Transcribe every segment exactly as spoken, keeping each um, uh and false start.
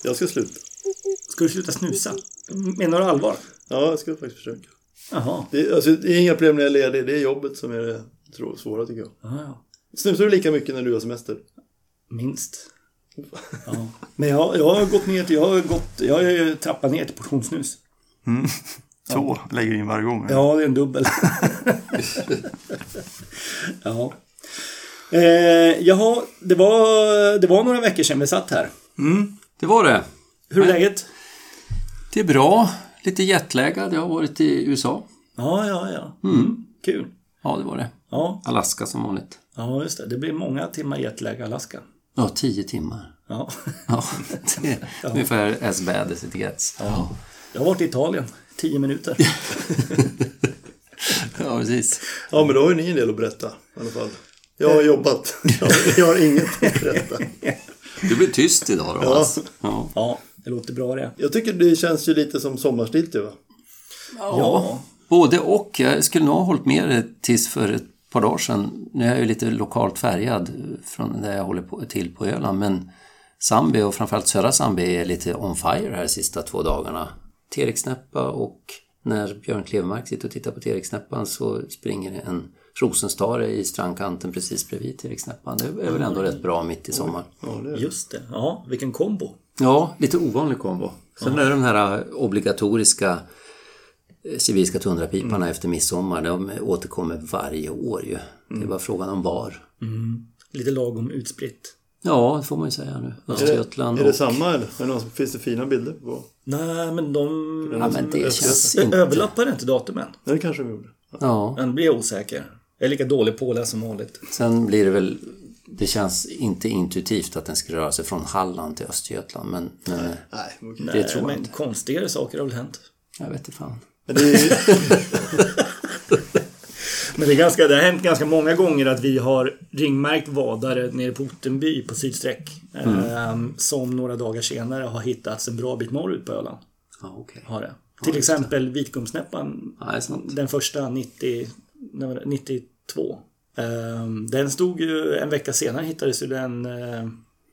Jag ska sluta. Ska du sluta snusa? Menar du allvar? Ja, jag ska faktiskt försöka. Jaha. Det, alltså, det är inga problem när jag är ledig. Det är jobbet som är det tror, svåra tycker jag. Jaha. Snusar du lika mycket när du har semester? Minst. Ja. Men jag, jag har gått ner till, jag har gått, jag har ju trappat ner till portionssnus. Mm. Så ja. Lägger in varje gång. Ja, det är en dubbel. Ja. Eh, jaha, det var, det var några veckor sedan vi satt här. Mm, det var det. Hur är läget? Det är bra. Lite jetlaggad. Jag har varit i U S A. Ja, ja, ja. Mm. Kul. Ja, det var det. Ja. Alaska som vanligt. Ja, just det. Det blir många timmar jetlag Alaska. Ja, tio timmar. Ja. Ja, det är ja. Ungefär as bad as it gets. Ja. Jag har varit i Italien. Tio minuter. Ja, precis. Ja, men då har ju ni en del att berätta i alla fall. Jag har jobbat. Jag har inget att berätta. Du blir tyst idag då, ja. Alltså. Ja. Ja, det låter bra det. Jag tycker det känns ju lite som sommarstil, va? Ja. ja, både och. Jag skulle nog ha hållit med det tills för ett par dagar sedan. Nu är jag ju lite lokalt färgad från där jag håller på, till på Öland. Men Zambia och framförallt södra Zambia är lite on fire här de sista två dagarna. Tereksnäppa och när Björn Klevemark sitter och tittar på Tereksnäppan så springer det en rosenstare i strandkanten precis bredvid Tereksnäppan. Det är väl ändå rätt bra mitt i sommar. Ja, det är det. Just det. Ja, vilken kombo. Ja, lite ovanlig kombo. Sen ja. Är de här obligatoriska sibiriska tundrapiparna mm. efter midsommar. De återkommer varje år ju. Det är bara frågan om var. Mm. Lite lagom utspritt. Ja, det får man ju säga nu. Östergötland. Är det, är det samma eller? Är det någon, finns det fina bilder på? Nej, men de... Ja, men det känns inte... Överlappar inte datumen? Nej, det kanske vi gjorde. Ja. ja. Den blir osäker. Jag är lika dålig på det som vanligt. Sen blir det väl... Det känns inte intuitivt att den ska röra sig från Halland till Östergötland. Men, men nej, nej, okay. det nej, tror jag men inte. Konstigare saker har väl hänt. Jag vet inte fan. Men det, är... men det, är ganska, det har hänt ganska många gånger att vi har ringmärkt vadare nere på Ottenby på sydsträck. Mm. Eh, som några dagar senare har hittats en bra bit norrut på Öland. Ja, okay. Har det. Ja, till exempel vitgumsnäppan. Ja, den första nittio, nittiotvå. Um, den stod ju en vecka senare hittades ju den uh,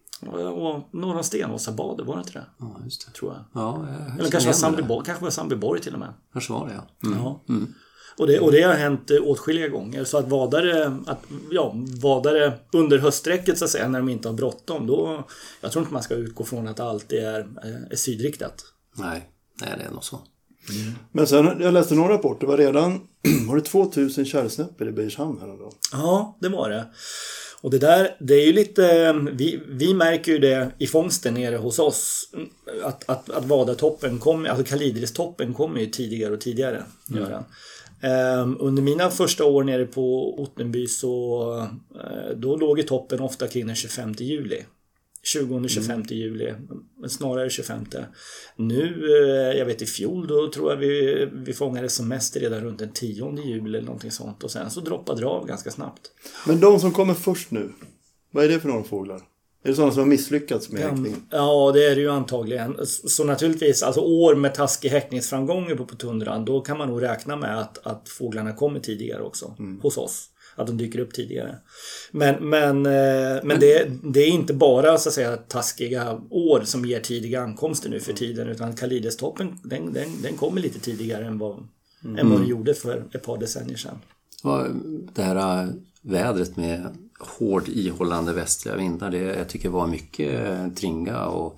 norr om Stenåsabade, var det inte det? Ja, just det. Tror jag. Ja, jag eller kanske var, Sandbyborg, kanske var Sandbyborg till och med. Kanske var det, ja. Mm. Ja. Mm. Och, det, och det har hänt åtskilliga gånger. Så att vadare, att, ja, vadare under höststräcket så att säga, när de inte har bråttom, då, jag tror inte man ska utgå från att allt är, är sydriktat. Nej, nej, det är nog så. Mm. Men sen, jag läste några rapporter, var redan var det tvåtusen kärlsnäppor i Bergshamn här då? Ja, det var det. Och det där, det är ju lite, vi, vi märker ju det i fångsten nere hos oss, att, att, att vadartoppen kommer, alltså kalidristoppen kommer ju tidigare och tidigare. Mm. Göra. Um, under mina första år nere på Ottenby så uh, då låg i toppen ofta kring den tjugofemte juli. tjugonde till tjugofemte mm. juli, men snarare tjugofemte. Nu, jag vet i fjol, då tror jag vi, vi fångade som mest redan runt den tionde juli eller någonting sånt. Och sen så droppade det av ganska snabbt. Men de som kommer först nu, vad är det för några fåglar? Är det sådana som har misslyckats med häckningen? Ja, det är det ju antagligen. Så naturligtvis, alltså år med taskig häckningsframgångar på, på tundran, då kan man nog räkna med att, att fåglarna kommer tidigare också, mm. hos oss. Att de dyker upp tidigare. Men, men, men, men det, det är inte bara så att säga taskiga år som ger tidiga ankomster nu för tiden. Utan kalidestoppen, den, den, den kommer lite tidigare än vad, mm. än vad den gjorde för ett par decennier sedan. Det här vädret med hård ihållande västliga vindar, det jag tycker var mycket tringa och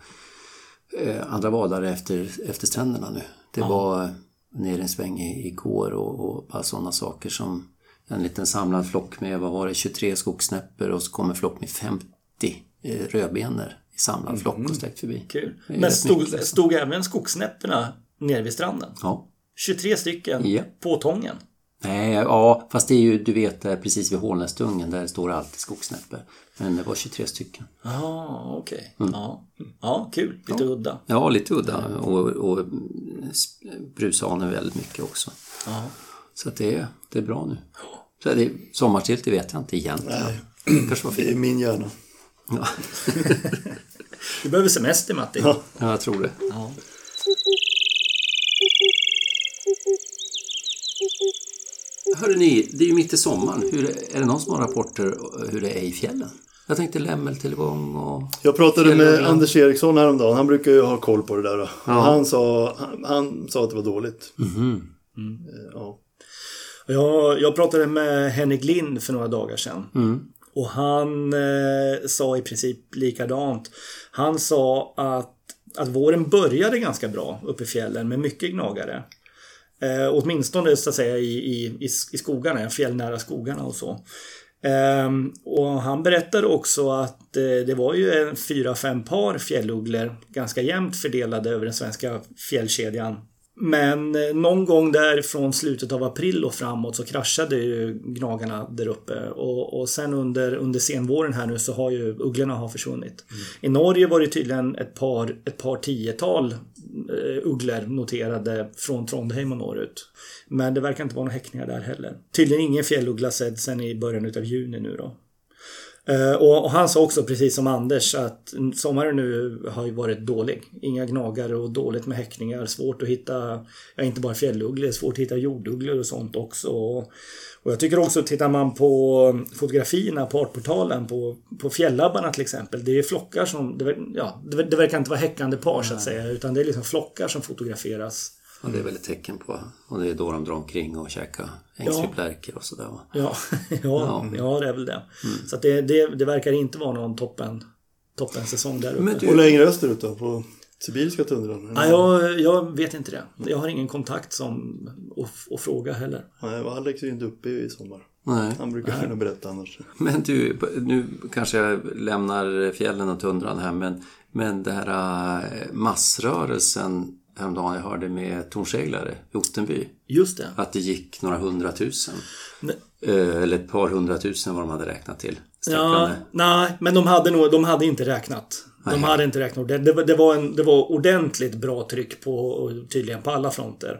eh, andra vadare efter, efter stränderna nu. Det ja. var ner en sväng igår och, och bara sådana saker som en liten samlad flock med, vad var det, tjugotre skogssnäppor och så kommer en flock med femtio eh, rödbener i samlad mm. flock och sträckt förbi. Kul. Men stod, stod även skogssnäpporna nere vid stranden? Ja. tjugotre stycken ja. på tången? Nej, ja, fast det är ju, du vet, där precis vid Hålnästungen, där står alltid skogssnäppor. Men det var tjugotre stycken. Ja, okej. Okay. Mm. Ja. ja, kul. Lite ja. udda. Ja, lite udda. Och, och brushanen väldigt mycket också. Ja. Så att det, är, det är bra nu. Så det är sommarstilt, det vet jag inte egentligen. Nej, kanske var det är min hjärna. Ja. Du behöver semester, Matti. Ja, ja jag tror det. Ja. Hörde ni, det är ju mitt i sommaren. Hur, är det någon som har rapporter hur det är i fjällen? Jag tänkte lämmeltillgång och... Jag pratade med Anders Eriksson häromdagen. Han brukar ju ha koll på det där. Ja. Han, sa, han, han sa att det var dåligt. Mm-hmm. Mm. Ja. Jag, jag pratade med Henrik Lind för några dagar sedan. Mm. Och han eh, sa i princip likadant. Han sa att, att våren började ganska bra uppe i fjällen med mycket gnagare. Eh, åtminstone så att säga i, i, i, i skogarna, fjällnära skogarna och så. Eh, och han berättade också att eh, det var ju en fyra, fem par fjällugglor ganska jämnt fördelade över den svenska fjällkedjan. Men eh, någon gång där från slutet av april och framåt så kraschade ju gnagarna där uppe. Och, och sen under, under senvåren här nu så har ju ugglorna har försvunnit. Mm. I Norge var det tydligen ett par, ett par tiotal eh, ugglor noterade från Trondheim och norrut. Men det verkar inte vara några häckningar där heller. Tydligen ingen fjälluggla sedd sen i början av juni nu då. Uh, och, och han sa också precis som Anders att sommaren nu har ju varit dålig. Inga gnagare och dåligt med häckningar. Svårt att hitta, ja, inte bara fjällugglor, svårt att hitta jordugglor och sånt också. Och, och jag tycker också, tittar man på fotografierna på artportalen på, på fjällabbarna till exempel. Det är flockar som, det, ja, det, det verkar inte vara häckande par så att säga. Utan det är liksom flockar som fotograferas. Ja, det är väl ett tecken på. Och det är då de drar omkring och käkar ängsliplärker och sådär. Ja, ja, ja, ja, det är väl det. Mm. Så att det, det, det verkar inte vara någon toppen, toppen säsong där uppe. Du... Och längre österut då, på sibiriska tundran? Ja, jag, jag vet inte det. Jag har ingen kontakt som att, att fråga heller. Nej, Alex är ju inte uppe i sommar. Nej. Han brukar kunna berätta annars. Men du, nu kanske jag lämnar fjällen och tundran här, men, men det här massrörelsen häromdagen jag hörde med tornseglare i Ottenby. Just det. Att det gick några hundratusen. Nej. Eller ett par hundratusen vad de hade räknat till. Ja, nej, men de hade, nog, de hade inte räknat. De nej. hade inte räknat. Det, det, det, var en, det var ordentligt bra tryck på, tydligen på alla fronter.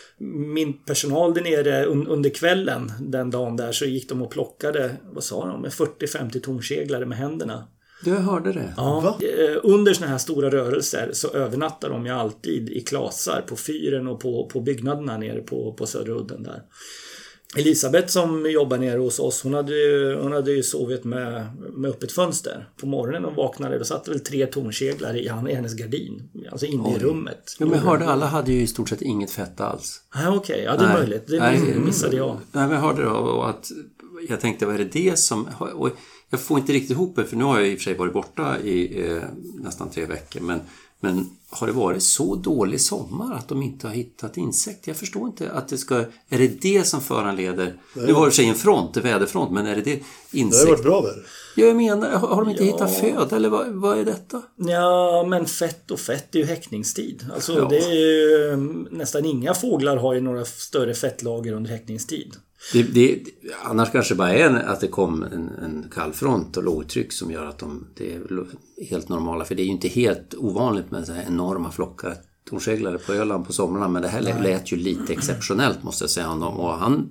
Min personal där nere under kvällen den dagen där så gick de och plockade, vad sa de, med fyrtio till femtio tornseglare med händerna. Du hörde det? Ja, Va? Under såna här stora rörelser så övernattar de ju alltid i klasar på fyren och på, på byggnaderna nere på, på Södra udden där. Elisabeth som jobbar nere hos oss, hon hade ju, hon hade ju sovit med, med öppet fönster. På morgonen och vaknade, då satt det väl tre tornseglar i, i hennes gardin. Alltså inne i rummet. Ja, men jag hörde, alla hade ju i stort sett inget fett alls. Ja, okej. Okay. Ja, det är nej. möjligt. Det nej, missade jag. Nej, men jag hörde då att jag tänkte, vad är det det som... Och jag får inte riktigt ihop det, för nu har jag i och för sig varit borta i eh, nästan tre veckor. Men, men har det varit så dålig sommar att de inte har hittat insekter? Jag förstår inte att det ska... Är det det som föranleder... Det nu var det i och för sig en front, en väderfront, men är det det insekter? Det har varit bra väder. Ja, jag menar, har de inte ja. hittat föd? Eller vad, vad är detta? Ja, men fett och fett är ju häckningstid. Alltså ja. det är ju... Nästan inga fåglar har ju några större fettlager under häckningstid. Det, det, annars kanske bara är att det kom en, en kallfront och lågtryck som gör att de, det är helt normala. För det är ju inte helt ovanligt med så här enorma flockar tornseglare på Öland på somrarna. Men det här Nej. lät ju lite exceptionellt, måste jag säga. Och han,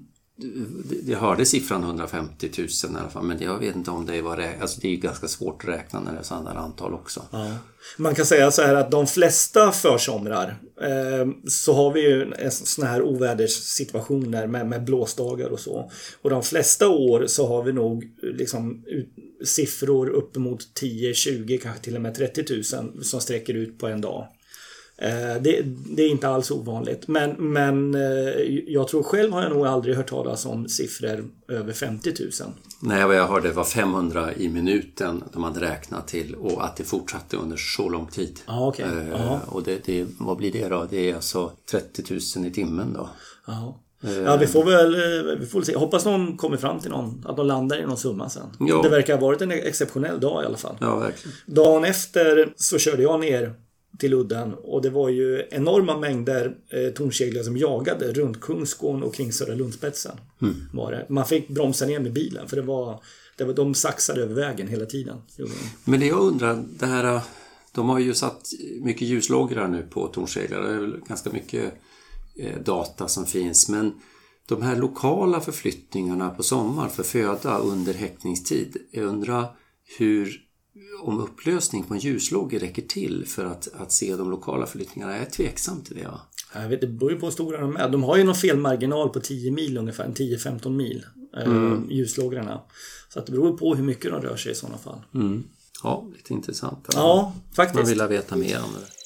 jag hörde siffran hundrafemtio tusen i alla fall. Men jag vet inte om det var det. Alltså det är ju ganska svårt att räkna när det är sådana antal också. Ja. Man kan säga så här att de flesta försomrar eh, så har vi ju såna här oväderssituationer med, med blåsdagar och så. Och de flesta år så har vi nog liksom ut, siffror uppemot tio, tjugo, kanske till och med trettio tusen som sträcker ut på en dag. Eh, det, det är inte alls ovanligt. Men, men eh, jag tror själv har jag nog aldrig hört talas om siffror över femtio tusen. Nej, vad jag hörde var femhundra i minuten de hade räknat till, och att det fortsatte under så lång tid. Ah, okay. eh, och det, det, vad blir det då? Det är alltså trettio tusen i timmen då. Ja. Ja, vi får väl vi får se. Hoppas någon kommer fram till någon, att de landar i någon summa sen. Ja. Det verkar ha varit en exceptionell dag i alla fall. Ja, verkligen. Dagen efter så körde jag ner till udden, och det var ju enorma mängder eh, tornseglar som jagade runt Kungsgården och kring Södra Lundspetsen. Mm. Var det. Man fick bromsa ner med bilen, för det var, det var de saxade över vägen hela tiden. Men det jag undrar, det här, de har ju satt mycket ljuslågor nu på tornseglar. Det är väl ganska mycket eh, data som finns, men de här lokala förflyttningarna på sommar för föda under häckningstid, jag undrar hur, om upplösning på en ljuslåga räcker till för att, att se de lokala förflyttningarna. Jag är tveksam till det, va? Jag vet, det beror ju på hur stora de är. De har ju någon felmarginal på tio mil ungefär, tio femton mil. mm. ljuslågorna. Så att det beror på hur mycket de rör sig i sådana fall. Mm. Ja, lite intressant. Ja, faktiskt. Man vill veta mer om det.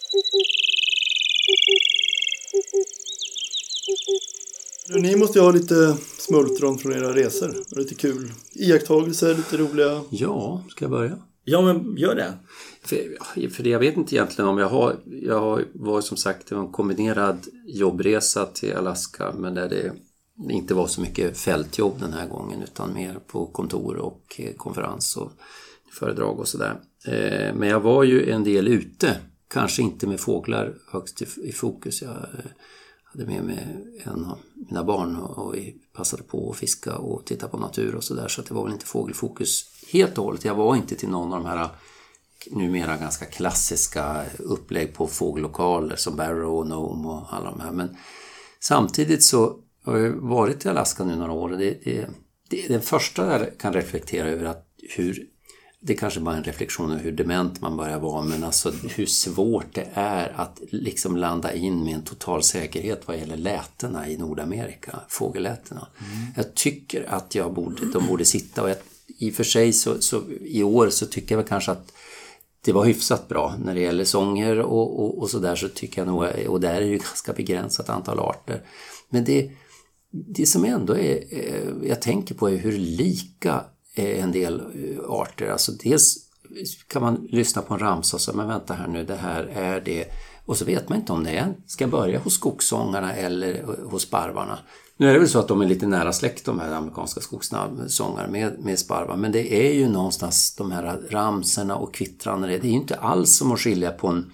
Ni måste ju ha lite smultron från era resor. Lite kul iakttagelser, lite roliga. Ja, ska jag börja? Ja, men gör det. För, för det jag vet inte egentligen om jag har... Jag har var som sagt det var en kombinerad jobbresa till Alaska. Men där det inte var så mycket fältjobb den här gången. Utan mer på kontor och konferens och föredrag och sådär. Men jag var ju en del ute. Kanske inte med fåglar högst i fokus. Jag hade med mig en av mina barn och vi passade på att fiska och titta på natur och sådär. Så att det var väl inte fågelfokus helt och hållet. Jag var inte till någon av de här numera ganska klassiska upplägg på fågellokaler som Barrow och Nome och alla de här. Men samtidigt så har jag varit i Alaska nu några år och det, det, det är den första jag kan reflektera över att hur... Det kanske bara är en reflektion över hur dement man börjar vara, men alltså hur svårt det är att liksom landa in med en total säkerhet vad gäller lätena i Nordamerika, fågellätena. Mm. Jag tycker att jag borde, de borde sitta och jag, i och för sig så, så i år så tycker jag väl kanske att det var hyfsat bra när det gäller sånger och, och, och sådär så tycker jag nog, och där är ju ganska begränsat antal arter. Men det, det som ändå är, jag tänker på är hur lika en del arter. Alltså dels kan man lyssna på en ramsa och säga, men vänta här nu, det här är det. Och så vet man inte om det är. Ska börja hos skogssångarna eller hos sparvarna. Nu är det väl så att de är lite nära släkt, de här amerikanska skogssångarna med, med sparvar. Men det är ju någonstans de här ramserna och kvittrarna. Det är ju inte alls som att skilja på en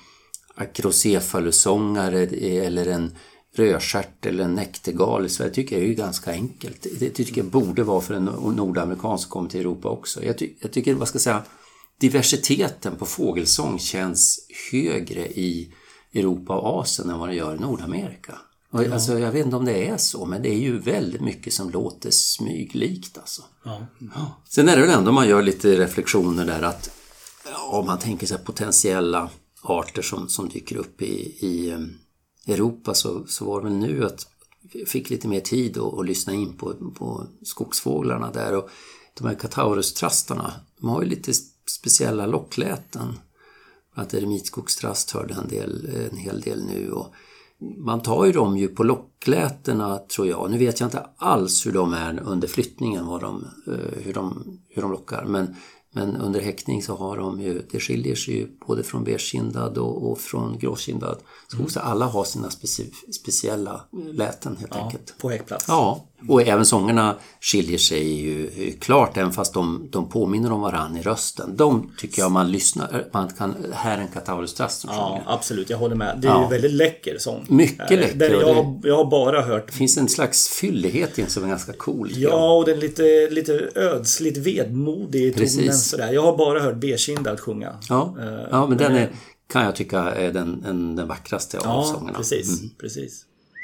akrocephalusångare eller en rödstjärt eller en näktergal i Sverige tycker jag är ju ganska enkelt. Det tycker jag borde vara för en nordamerikan som kommer till Europa också. Jag, ty- jag tycker, vad ska jag säga, diversiteten på fågelsång känns högre i Europa och Asien än vad det gör i Nordamerika. Och, ja. Alltså, jag vet inte om det är så, men det är ju väldigt mycket som låter smyglikt. Alltså. Ja. Ja. Sen är det väl ändå man gör lite reflektioner där att om man tänker sig potentiella arter som, som dyker upp i... i Europa så, så var det väl nu att jag fick lite mer tid att, att lyssna in på, på skogsfåglarna där och de här Cataurustrastarna, de har ju lite speciella lockläten. Att eremitskogstrast hörde en, del, en hel del nu och man tar ju dem ju på locklätena tror jag. Nu vet jag inte alls hur de är under flyttningen, vad de, hur, de, hur de lockar men Men under häckning så har de ju, det skiljer sig ju både från beigekindad och, och från gråkindad skog. Så alla har sina speci- speciella läten helt ja, enkelt. På häckplats. Ja, och även sångerna skiljer sig ju klart, även fast de, de påminner om varann i rösten. De tycker jag man lyssnar, man kan, här är en Cataurustrast som ja, sjunger. absolut, jag håller med. Det är ja. ju väldigt läcker sång. Mycket läcker. Där jag, har, jag har bara hört... Det finns en slags fyllighet i en som är ganska cool. Ja, och den är lite, lite ödsligt vedmodig i tonen sådär. Jag har bara hört beigekindad sjunga. Ja, ja men den är, kan jag tycka är den, en, den vackraste av ja, sångerna. Ja, precis, mm. precis.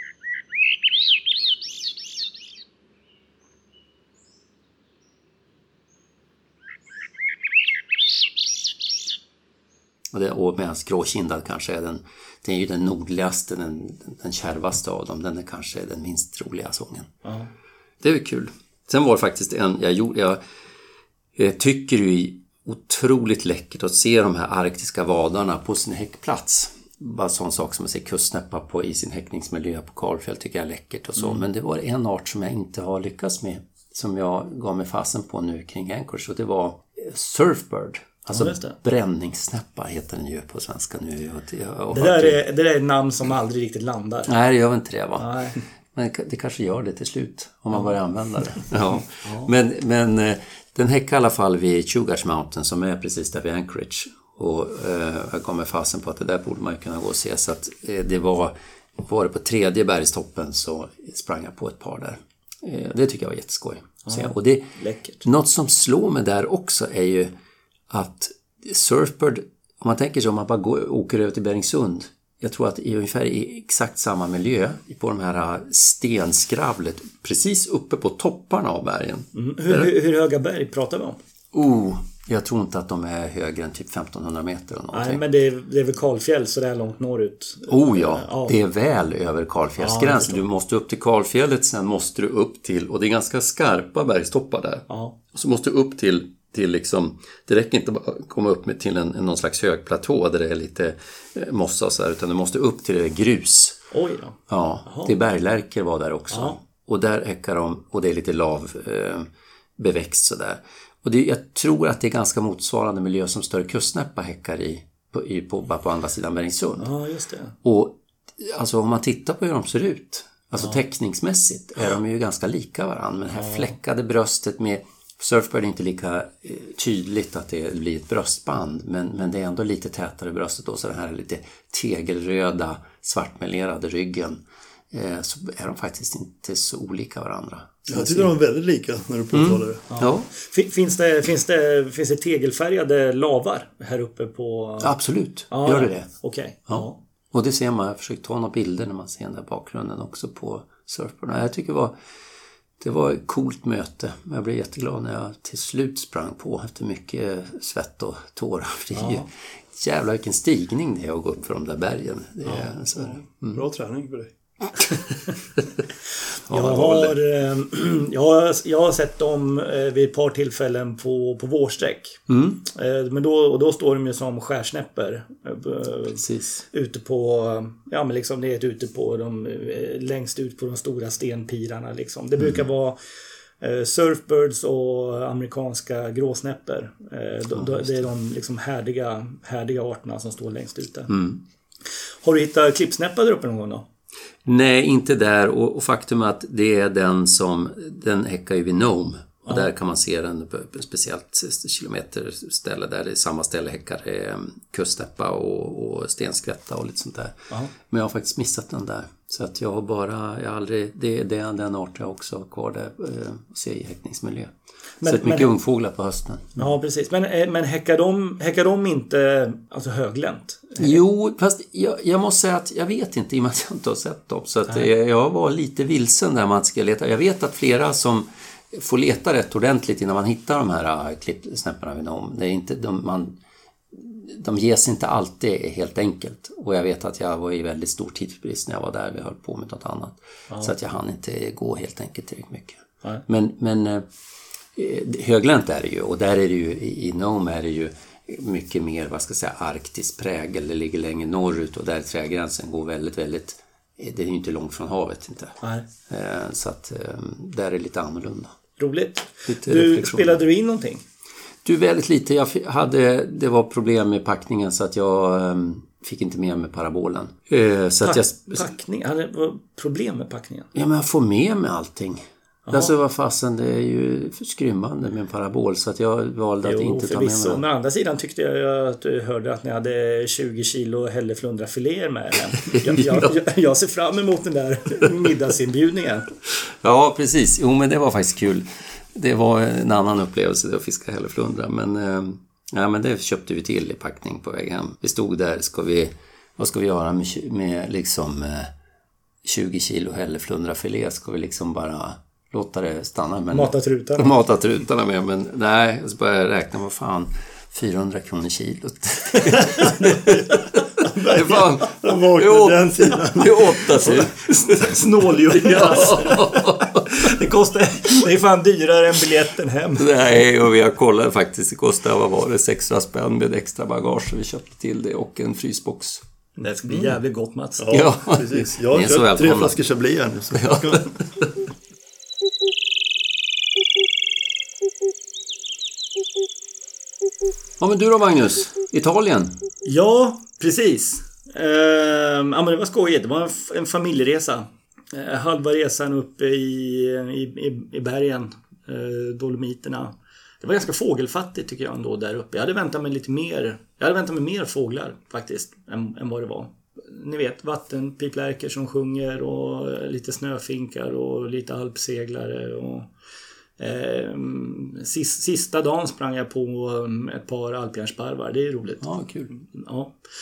Och, det, och medan gråkindad kanske är den, den är ju den nordligaste, den, den kärvaste av dem. Den är kanske den minst roliga sången. Uh-huh. Det är ju kul. Sen var det faktiskt en, jag, gjorde, jag, jag tycker ju otroligt läckert att se de här arktiska vadarna på sin häckplats. Bara sån sak som att se kustsnäppa på i sin häckningsmiljö på Karlfjäll tycker jag är läckert och så. Mm. Men det var en art som jag inte har lyckats med, som jag gav mig fasen på nu kring Anchorage, och det var surfbird. Alltså ja, bränningssnäppa heter den ju på svenska nu. Det där, är, det där är ett namn som aldrig riktigt landar. Nej, det gör inte det va? Nej. Men det kanske gör det till slut om man börjar använda det. Ja. Ja. Men, men den häckar i alla fall vid Chugach Mountain som är precis där vid Anchorage. Och eh, jag kommer fasen på att det där borde man ju kunna gå och se. Så att eh, det var, var det på tredje bergstoppen så sprang jag på ett par där. Eh, det tycker jag var jätteskoj. Ja, och det, läckert. Något som slår mig där också är ju att surfbird, om man tänker sig om man bara går, åker över till Beringsund, jag tror att i ungefär i exakt samma miljö på de här stenskravlet precis uppe på topparna av bergen. Mm. Hur, hur, hur höga berg pratar vi om? Oh, Jag tror inte att de är högre än typ femtonhundra meter eller någonting. Nej, men det är, det är väl Karlfjäll så det är långt norrut. Oh ja, ja. Det är väl över Karlfjällsgränsen. Ja, du måste upp till Karlfjället, sen måste du upp till, och det är ganska skarpa bergstoppar där. Ja. Så måste du upp till, till liksom, det räcker inte bara att komma upp med till en, någon slags högplatå där det är lite mossa och så här, utan du måste upp till det grus. Oj då. Ja, Jaha. det är berglärker var där också. Ja. Och där häckar de, och det är lite lav eh, beväxt sådär. Och det, jag tror att det är ganska motsvarande miljö som större kustnäppa häckar i på, i, på, på andra sidan Bergsund. Ja, just det. Och alltså om man tittar på hur de ser ut, alltså ja. teckningsmässigt är de ju ganska lika varandra. Men det här ja. fläckade bröstet med Surfbird är inte lika eh, tydligt att det blir ett bröstband, men, men det är ändå lite tätare bröstet då, så den här lite tegelröda svartmelerade ryggen. Så är de faktiskt inte så olika varandra. Jag tycker de är väldigt lika när du påtalar det. Mm. Ja. Ja. Finns det, finns det, finns det tegelfärgade lavar här uppe på... Absolut, ja, gör det det. Okej. Okay. Ja. Ja. Och det ser man, jag har försökt ta några bilder när man ser den där bakgrunden också på Surfbird. Jag tycker det var, det var ett coolt möte. Jag blev jätteglad när jag till slut sprang på efter mycket svett och tårar. Det är ja. ju jävla vilken stigning det är att gå upp för de där bergen. Det är, ja. så, mm. Bra träning för dig. jag, har, jag, har, jag har sett dem vid ett par tillfällen på, på vårsträck. Mm. Men då, och då står de ju som skärsnäpper. Precis. Ute på, ja men liksom det är ute på de, längst ut på de stora stenpirarna liksom. Det brukar mm. vara surfbirds och amerikanska gråsnäpper. De, ja, det är de liksom härdiga, härdiga arterna som står längst ute. Mm. Har du hittat klippsnäppar där uppe någon gång då? Nej, inte där. Och, och faktum är att det är den som, den häckar ju vid Nome. Och ja. där kan man se den på ett speciellt kilometer ställe där det är samma ställe häckar eh, kustnäppa och, och stenskvätta och lite sånt där. Ja. Men jag har faktiskt missat den där. Så att jag har bara, jag har aldrig, det, det är den art jag också har kvar där eh, och ser i häckningsmiljö. Men, så mycket men, ungfåglar på hösten. Ja, precis. Men, men häckar, de, häckar de inte alltså höglänt? Jo, fast jag, jag måste säga att jag vet inte i och med att jag inte har sett dem. Så att jag, jag var lite vilsen där man ska leta. Jag vet att flera som får leta rätt ordentligt innan man hittar de här klippsnäpparna vid dem. Det är inte, de, man, de ges inte alltid helt enkelt. Och jag vet att jag var i väldigt stor tidsbrist när jag var där. Vi höll på med något annat. Ja. Så att jag hann inte gå helt enkelt tillräckligt mycket. Ja. Men... men höglänt är det ju, och där är det ju i Nome är det ju mycket mer, vad ska jag säga, arktisk prägel. Det ligger längre norrut och där trägränsen går väldigt, väldigt, det är ju inte långt från havet inte. Nej. Så att där är det lite annorlunda. Roligt. Lite du, spelade du in någonting? Du, väldigt lite. Jag hade, det var problem med packningen så att jag fick inte med mig parabolen. Så att jag, packning? Hade det problem med packningen? Ja, men jag får med mig allting. Aha. Alltså vad fasen, det är ju skrymmande med en parabol så att jag valde att jo, inte ta med mig den. Men å andra sidan tyckte jag att du hörde att ni hade tjugo kilo hälleflundrafiléer med den. Jag, jag, jag, jag ser fram emot den där middagsinbjudningen. Ja, precis. Jo, men det var faktiskt kul. Det var en annan upplevelse att fiska hälleflundra. Men, ja, men det köpte vi till i packning på väg hem. Vi stod där, ska vi, vad ska vi göra med, med liksom tjugo kilo hälleflundrafilé? Ska vi liksom bara... låta det stanna. Men mata trutarna. Mata trutarna med, men nej, så började jag räkna, vad fan, fyrahundra kronor kilot. Det är fan, de var den sidan. Det är åtta sidan. Snåljungar. Ja. Det kostar, det är fan dyrare än biljetten hem. Nej, och vi har kollat faktiskt, det kostar, vad var det, sexhundra spänn med extra bagage, så vi köpte till det och en frysbox. Det ska bli mm. jävligt gott, Mats. Ja, ja, precis. Jag har köpt tre flaskor Chablis här nu. Så. Ja. Ja, men du då, Magnus? Italien? Ja, precis. Ehm, ja, men det var skojigt. Det var en, en familjeresa. Ehm, halva resan uppe i, i, i bergen, ehm, Dolomiterna. Det var ganska fågelfattigt tycker jag ändå där uppe. Jag hade väntat mig lite mer. Jag hade väntat mig mer fåglar faktiskt än, än vad det var. Ni vet, vattenpiplärkor som sjunger och lite snöfinkar och lite alpseglare och Eh, sista, sista dagen sprang jag på ett par alpjärnsparvar. Det är roligt. Ja, kul. Ja.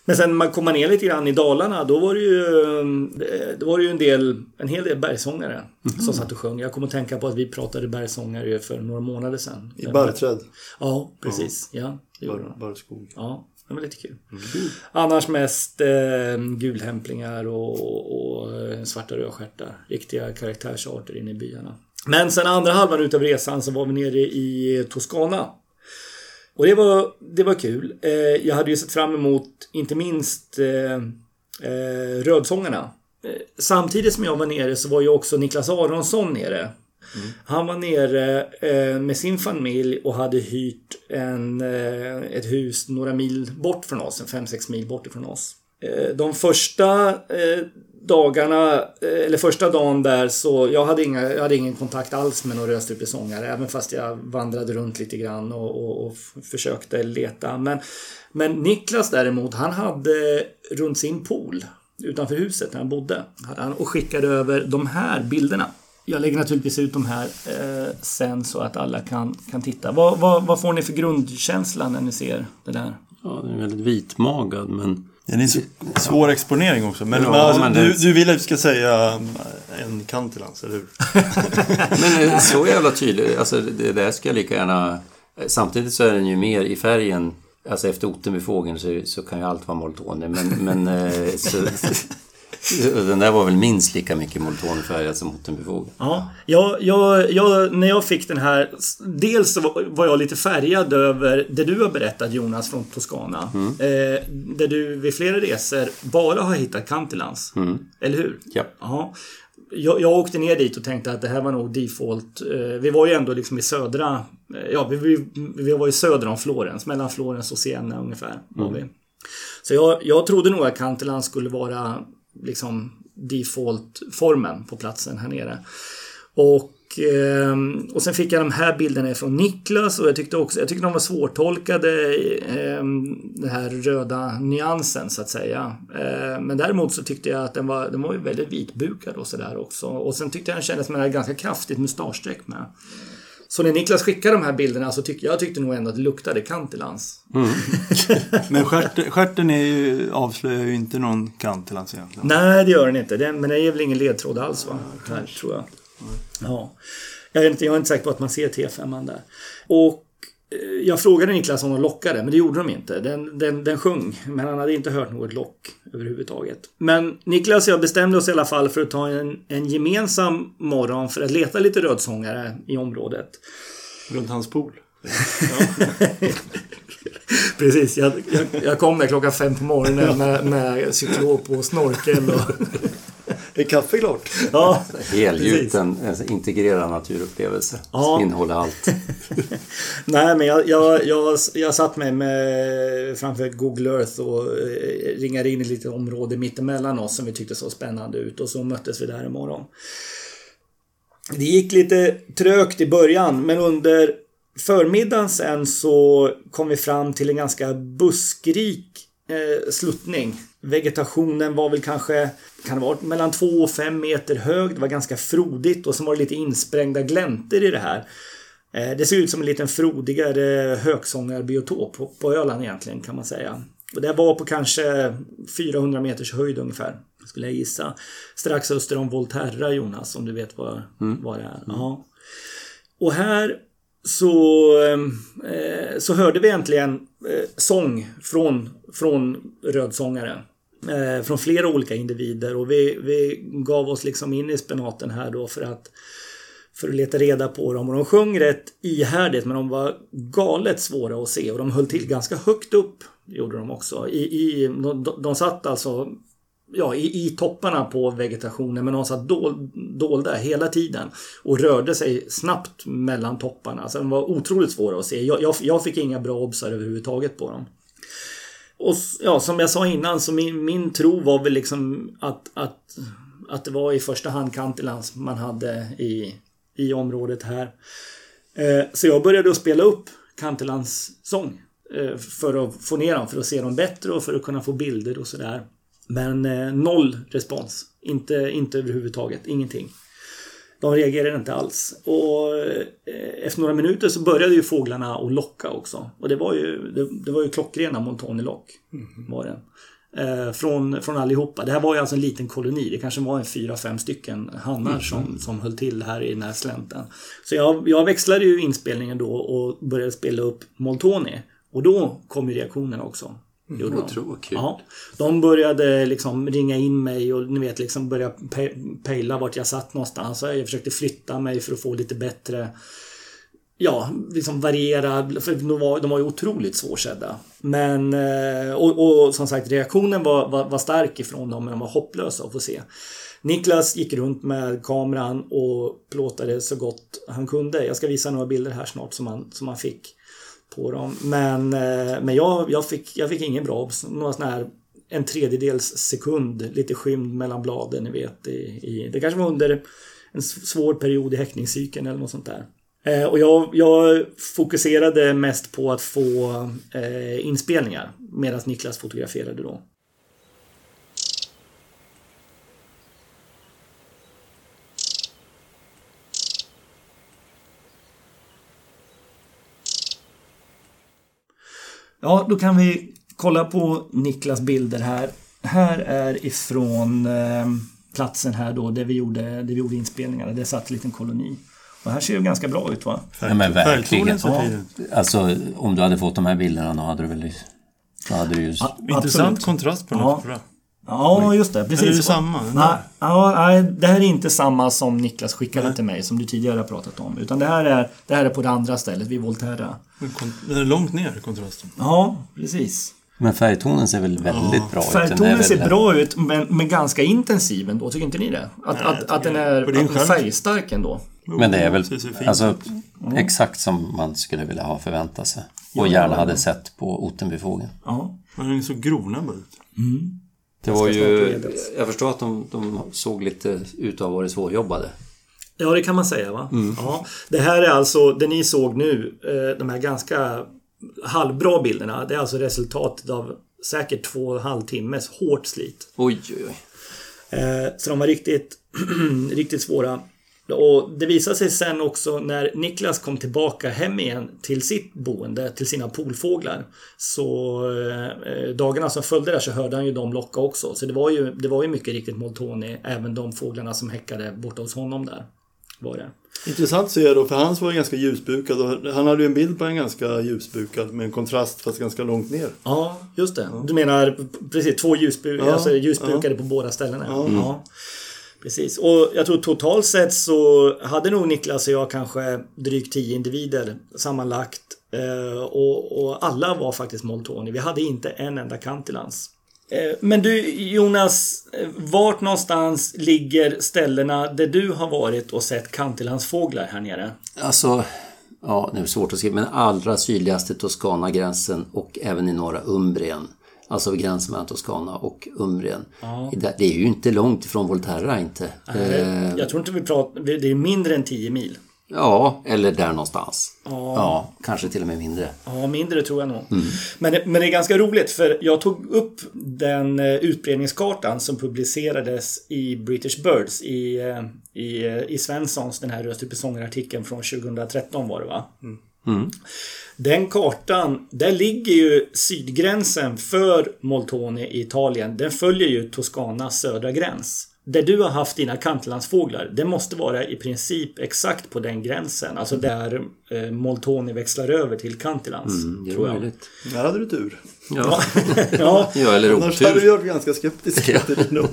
Men sen man kommer ner lite grann i Dalarna, då var det ju, då var det ju en, del, en hel del bergsångare mm. som satt och sjöng. Jag kommer att tänka på att vi pratade bergsångare för några månader sedan. I Barrträd? Ja, precis. Ja, Bar, Barrskog. Ja, det var lite kul. Mm. Annars mest eh, gulhämplingar och, och svarta rödstjärtar. Riktiga karaktärsarter inne i byarna. Men sen andra halvan utav resan så var vi nere i Toscana. Och det var, det var kul. Eh, jag hade ju sett fram emot inte minst eh, eh, rödsångarna. Eh, samtidigt som jag var nere så var ju också Niklas Aronsson nere. Mm. Han var nere eh, med sin familj och hade hyrt en, eh, ett hus några mil bort från oss. fem sex mil bort ifrån oss. Eh, de första eh, dagarna, eh, eller första dagen där, så jag hade, inga, jag hade ingen kontakt alls med några rödstrupesångare. Även fast jag vandrade runt lite grann och, och, och försökte leta. Men, men Niklas däremot, han hade runt sin pool utanför huset när han bodde. Hade han, och skickade över de här bilderna. Jag lägger naturligtvis ut de här eh, sen så att alla kan, kan titta. Vad, vad, vad får ni för grundkänsla när ni ser det där? Ja, den är väldigt vitmagad, men... Det är en så svår exponering också. Men, ja, men, alltså, men det... du, du vill att vi ska säga en kantilans, eller hur? Men så jävla tydligt. Alltså, det där ska jag lika gärna... Samtidigt så är den ju mer i färgen. Alltså efter Ottenbyfågeln så, så kan ju allt vara moltone. Men... men så, den där var väl minst lika mycket moltonfärgad som Ottenbyfågeln. Ja, jag, jag, jag, när jag fick den här, dels så var jag lite färgad över det du har berättat, Jonas, från Toscana. Mm. Eh, där du vid flera resor bara har hittat kantilans. Mm. Eller hur? Ja. Aha. Jag, jag åkte ner dit och tänkte att det här var nog default. Eh, vi var ju ändå liksom i södra, eh, ja vi, vi, vi var ju söder om Florens, mellan Florens och Siena ungefär. Var vi. Mm. Så jag, jag trodde nog att kantilans skulle vara liksom default-formen på platsen här nere. Och, eh, och sen fick jag de här bilderna från Niklas och jag tyckte också, jag tyckte de var svårtolkade, eh, den här röda nyansen så att säga. Eh, men däremot så tyckte jag att den var, den var ju väldigt vitbukad och sådär också. Och sen tyckte jag den kändes med det här ganska kraftigt mustaschsträck med. Så när Niklas skickade de här bilderna så tyckte jag tyckte nog ändå att det luktade kantilans. Mm. Men stjärten, stjärten är ju, avslöjar ju inte någon kantilans egentligen. Nej, det gör den inte. Den, men det är väl ingen ledtråd alls, va? Ja, här, tror jag. Ja. Jag är, inte, jag är inte säker på att man ser T fem där. Och eh, jag frågade Niklas om de lockade, men det gjorde de inte. Den, den, den sjung, men han hade inte hört något lock överhuvudtaget. Men Niklas och jag bestämde oss i alla fall för att ta en, en gemensam morgon för att leta lite rödsångare i området. Runt hans pool. Ja. Precis, jag, jag, jag kom där klockan fem på morgonen med, med cyklop och snorkel och... Är kaffe klart? Ja, helgjuten, integrerad naturupplevelse. Ja. Innehåller allt. Nej, men jag, jag, jag, jag satt mig med framför Google Earth och ringade in i lite område mittemellan oss som vi tyckte så spännande ut. Och så möttes vi där imorgon. Det gick lite trögt i början, men under förmiddagen sen så kom vi fram till en ganska buskrik eh, sluttning. Vegetationen var väl kanske kan det vara mellan två och fem meter hög. Det var ganska frodigt och så var det lite insprängda gläntor i det här. Eh, det ser ut som en liten frodigare högsångarbiotop på, på Öland egentligen, kan man säga. Och det var på kanske fyrahundra meters höjd ungefär, skulle jag gissa. Strax öster om Volterra, Jonas, om du vet vad, mm. vad det är. Mm. Ja. Och här så, eh, så hörde vi äntligen eh, sång från, från rödsångare. Eh, från flera olika individer. Och vi, vi gav oss liksom in i spenaten här då för att, för att leta reda på dem. Och de sjöng rätt ihärdigt, men de var galet svåra att se. Och de höll till ganska högt upp, gjorde de också. I, i, de, de satt alltså... Ja, i, i topparna på vegetationen, men de satt dol, dolda hela tiden och rörde sig snabbt mellan topparna. Alltså de var otroligt svåra att se. Jag, jag, jag fick inga bra obsar överhuvudtaget på dem. Och ja, som jag sa innan, så min, min tro var väl liksom att, att, att det var i första hand kantilans man hade i, i området här. Eh, så jag började att spela upp kantilans sång eh, för att få ner dem, för att se dem bättre och för att kunna få bilder och sådär. Men eh, noll respons. Inte, inte överhuvudtaget. Ingenting. De reagerade inte alls. Och eh, efter några minuter så började ju fåglarna att locka också. Och det var ju, det, det var ju klockrena Montoni-lock. Mm. Var det. Eh, från, från allihopa. Det här var ju alltså en liten koloni. Det kanske var en fyra, fem stycken hannar mm. som, som höll till här i den här slänten. Så jag, jag växlade ju inspelningen då och började spela upp Moltoni. Och då kom ju reaktionen också. Mm, jag tror kul. Ja, de började liksom ringa in mig och ni vet liksom börja pe- pejla vart jag satt någonstans. Jag försökte flytta mig för att få lite bättre, ja, liksom variera, för de var, de var ju otroligt svårsedda. Men, och, och som sagt, reaktionen var, var, var stark ifrån dem, men de var hopplösa att få se. Niklas gick runt med kameran och plåtade så gott han kunde. Jag ska visa några bilder här snart som han, som han fick på dem. Men, men jag, jag, fick, jag fick ingen bra, några sån här en tredjedels sekund, lite skymd mellan bladen, ni vet. I, i, det kanske var under en svår period i häckningscykeln eller något sånt där. Eh, och jag, jag fokuserade mest på att få eh, inspelningar medan Niklas fotograferade då. Ja, då kan vi kolla på Niklas bilder här. Här är ifrån eh, platsen här då där vi gjorde, där vi gjorde inspelningarna. Det satt en liten koloni. Och här ser det ganska bra ut, va? Ja, men verkligen. Ja. Alltså, om du hade fått de här bilderna då hade du väl... Då hade du ju... Ja, intressant kontrast på ja. något. Ja, just det. Precis. Är det samma? Nej, ja, nej, det här är inte samma som Niklas skickade nej. till mig, som du tidigare har pratat om. Utan det här är, det här är på det andra stället, vid Volterra. Det är långt ner i kontrasten. Ja, precis. Men färgtonen ser väl väldigt ja. bra ut. Färgtonen ser bra ut, men, men ganska intensiv ändå, tycker inte ni det? Att, nej, att, att den är, att den är färgstark ändå. Men det är väl alltså, mm. exakt som man skulle vilja ha förväntat sig. Och ja, gärna hade sett på Ottenbyfågeln. Ja, den är så grona bara ut. Mm. Det var ju, jag förstår att de, de såg lite ut av varit svårjobbade. Ja, det kan man säga, va? Mm. Ja, det här är alltså, det ni såg nu, de här ganska halvbra bilderna, det är alltså resultatet av säkert två och en halv timmes hårt slit. Oj, oj, oj. Så de var riktigt, riktigt svåra. Och det visade sig sen också när Niklas kom tillbaka hem igen till sitt boende, till sina polfåglar. Så eh, dagarna som följde där så hörde han ju dem locka också. Så det var ju, det var ju mycket riktigt Moltoni, även de fåglarna som häckade borta hos honom där. Var det. Intressant att se då, för hans var ganska ljusbukad. Och han hade ju en bild på en ganska ljusbukad med en kontrast fast ganska långt ner. Ja, just det. Du menar precis två ljusbu- ja, alltså ljusbukade ja. på båda ställena. Ja. Mm. Ja. Precis, och jag tror totalt sett så hade nog Niklas och jag kanske drygt tio individer sammanlagt eh, och, och alla var faktiskt Moltoni. Vi hade inte en enda kantilans. Eh, men du Jonas, vart någonstans ligger ställena där du har varit och sett kantilansfåglar här nere? Alltså, ja, det är svårt att skriva, men allra sydligaste Toscana-gränsen och även i norra Umbrien. Alltså vid gränsen mellan Toscana och Umbrien. Ja. Det är ju inte långt från Volterra inte. Nej, jag tror inte vi pratar... Det är mindre än tio mil. Ja, eller där någonstans. Ja, ja kanske till och med mindre. Ja, mindre tror jag nog. Mm. Men, men det är ganska roligt för jag tog upp den utbredningskartan som publicerades i British Birds i, i, i Svenssons, den här röstupesångerartikeln från tjugohundratretton var det, va? Mm. Mm. Den kartan, där ligger ju sydgränsen för Moltoni i Italien. Den följer ju Toscanas södra gräns. Där du har haft dina kantilansfåglar, det måste vara i princip exakt på den gränsen. Alltså där eh, Moltoni växlar över till kantilans, mm, tror jag. Där hade du tur. Ja, ja. ja eller otur. Annars hade du varit ganska skeptisk. Ja.